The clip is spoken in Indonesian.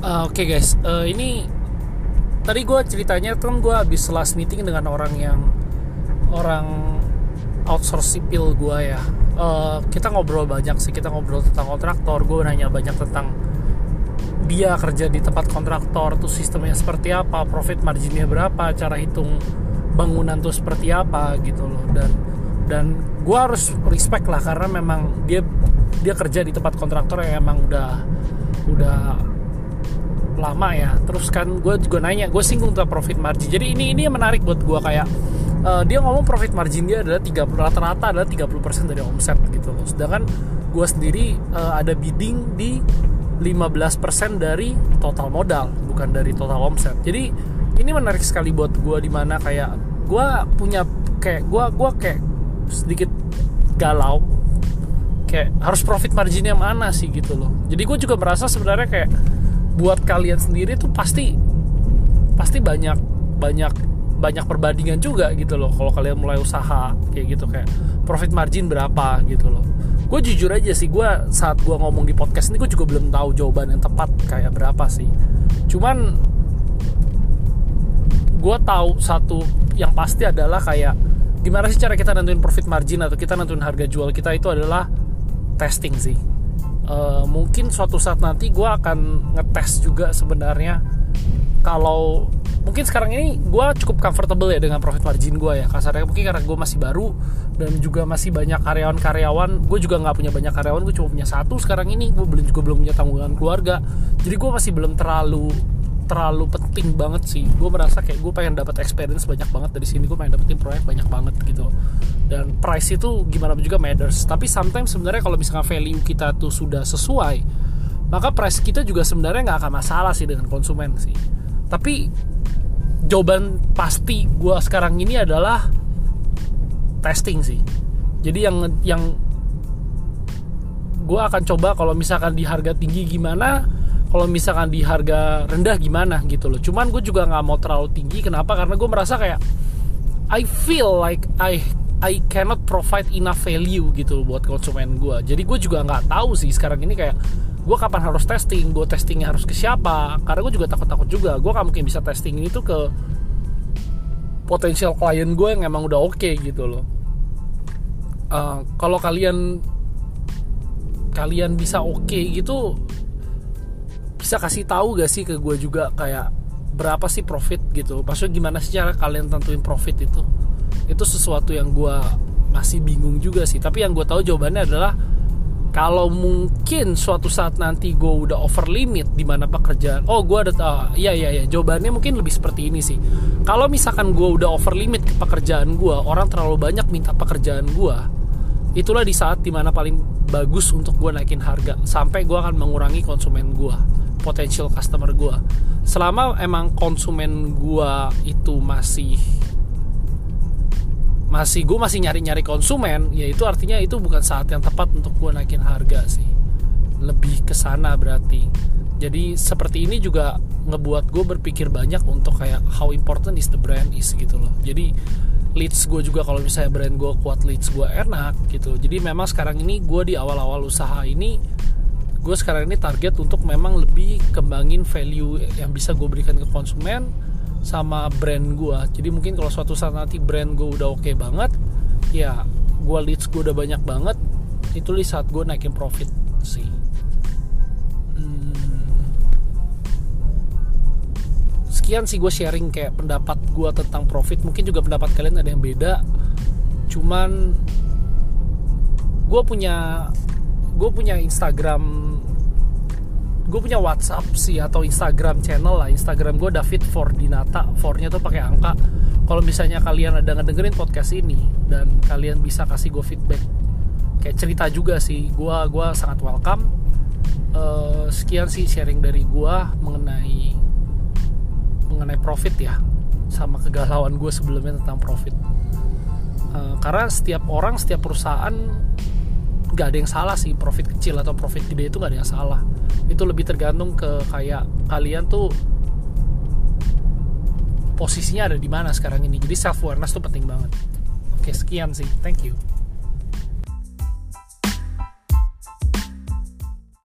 Oke guys, ini tadi gue ceritanya kan gue habis last meeting dengan orang outsource sipil gue ya. Kita ngobrol banyak sih, kita ngobrol tentang kontraktor. Gue nanya banyak tentang dia kerja di tempat kontraktor tuh sistemnya seperti apa, profit marginnya berapa, cara hitung bangunan tuh seperti apa gitu loh. Dan gue harus respect lah karena memang dia kerja di tempat kontraktor yang emang udah lama ya. Terus kan gue juga nanya, gue singgung tentang profit margin. Jadi ini yang menarik buat gue, kayak dia ngomong profit margin dia adalah 30, rata-rata adalah 30% dari omset gitu loh. Sedangkan gue sendiri ada bidding di 15% dari total modal, bukan dari total omset. Jadi ini menarik sekali buat gue, dimana kayak gue punya gue kayak sedikit galau, kayak harus profit margin yang mana sih gitu loh. Jadi gue juga merasa sebenarnya kayak buat kalian sendiri tuh pasti banyak perbandingan juga gitu loh kalau kalian mulai usaha kayak gitu, kayak profit margin berapa gitu loh. Gue jujur aja sih, gue saat gue ngomong di podcast ini gue juga belum tahu jawaban yang tepat kayak berapa sih. Cuman gue tahu satu yang pasti adalah kayak gimana sih cara kita nentuin profit margin atau kita nentuin harga jual kita, itu adalah testing sih. Mungkin suatu saat nanti gue akan ngetes juga sebenarnya. Kalau mungkin sekarang ini gue cukup comfortable ya dengan profit margin gue ya, kasarnya mungkin karena gue masih baru dan juga masih banyak karyawan. Gue juga nggak punya banyak karyawan, gue cuma punya satu sekarang ini. Gue belum punya tanggungan keluarga, jadi gue masih belum terlalu penting banget sih. Gue merasa kayak gue pengen dapat experience banyak banget dari sini, gue pengen dapetin proyek banyak banget gitu. Dan price itu gimana juga matters. Tapi sometimes sebenarnya kalau misalkan value kita tuh sudah sesuai, maka price kita juga sebenarnya nggak akan masalah sih dengan konsumen sih. Tapi jawaban pasti gue sekarang ini adalah testing sih. Jadi yang gue akan coba kalau misalkan di harga tinggi gimana, kalau misalkan di harga rendah gimana gitu loh. Cuman gue juga nggak mau terlalu tinggi. Kenapa? Karena gue merasa kayak I feel like I cannot provide enough value gitu buat konsumen gue. Jadi gue juga nggak tahu sih sekarang ini kayak gue kapan harus testing, gue testingnya harus ke siapa. Karena gue juga takut juga, gue gak mungkin bisa testing ini tuh ke potensial klien gue yang emang udah oke gitu loh. Kalau kalian bisa oke gitu, bisa kasih tahu gak sih ke gue juga kayak berapa sih profit gitu. Maksudnya gimana sih cara kalian tentuin profit itu? Itu sesuatu yang gue masih bingung juga sih. Tapi yang gue tahu jawabannya adalah kalau mungkin suatu saat nanti gue udah over limit di mana pekerjaan, jawabannya mungkin lebih seperti ini sih. Kalau misalkan gue udah over limit ke pekerjaan gue, orang terlalu banyak minta pekerjaan gue, itulah di saat dimana paling bagus untuk gue naikin harga, sampai gue akan mengurangi konsumen gue, potential customer gue. Selama emang konsumen gue itu gue masih nyari konsumen, ya itu artinya itu bukan saat yang tepat untuk gue naikin harga sih. Lebih kesana berarti. Jadi seperti ini juga ngebuat gue berpikir banyak untuk kayak how important is the brand is gitu loh. Jadi leads gue juga, kalau misalnya brand gue kuat, leads gue enak gitu. Jadi memang sekarang ini gue di awal-awal usaha ini, gue sekarang ini target untuk memang lebih kembangin value yang bisa gue berikan ke konsumen sama brand gue. Jadi mungkin kalau suatu saat nanti brand gue udah oke banget, ya gue leads gue udah banyak banget, itu di saat gue naikin profit sih. Sekian sih gue sharing kayak pendapat gue tentang profit. Mungkin juga pendapat kalian ada yang beda. Cuman gue punya Instagram, gue punya WhatsApp sih atau Instagram channel lah. Instagram gue David Fordinata, Fordnya tuh pakai angka. Kalau misalnya kalian ada ngedengerin podcast ini dan kalian bisa kasih gue feedback, kayak cerita juga sih, gue sangat welcome. Sekian sih sharing dari gue mengenai profit ya, sama kegalauan gue sebelumnya tentang profit. Karena setiap orang, setiap perusahaan gak ada yang salah sih, profit kecil atau profit gede itu gak ada yang salah. Itu lebih tergantung ke kayak kalian tuh posisinya ada di mana sekarang ini. Jadi self awareness tuh penting banget. Oke, sekian sih, thank you.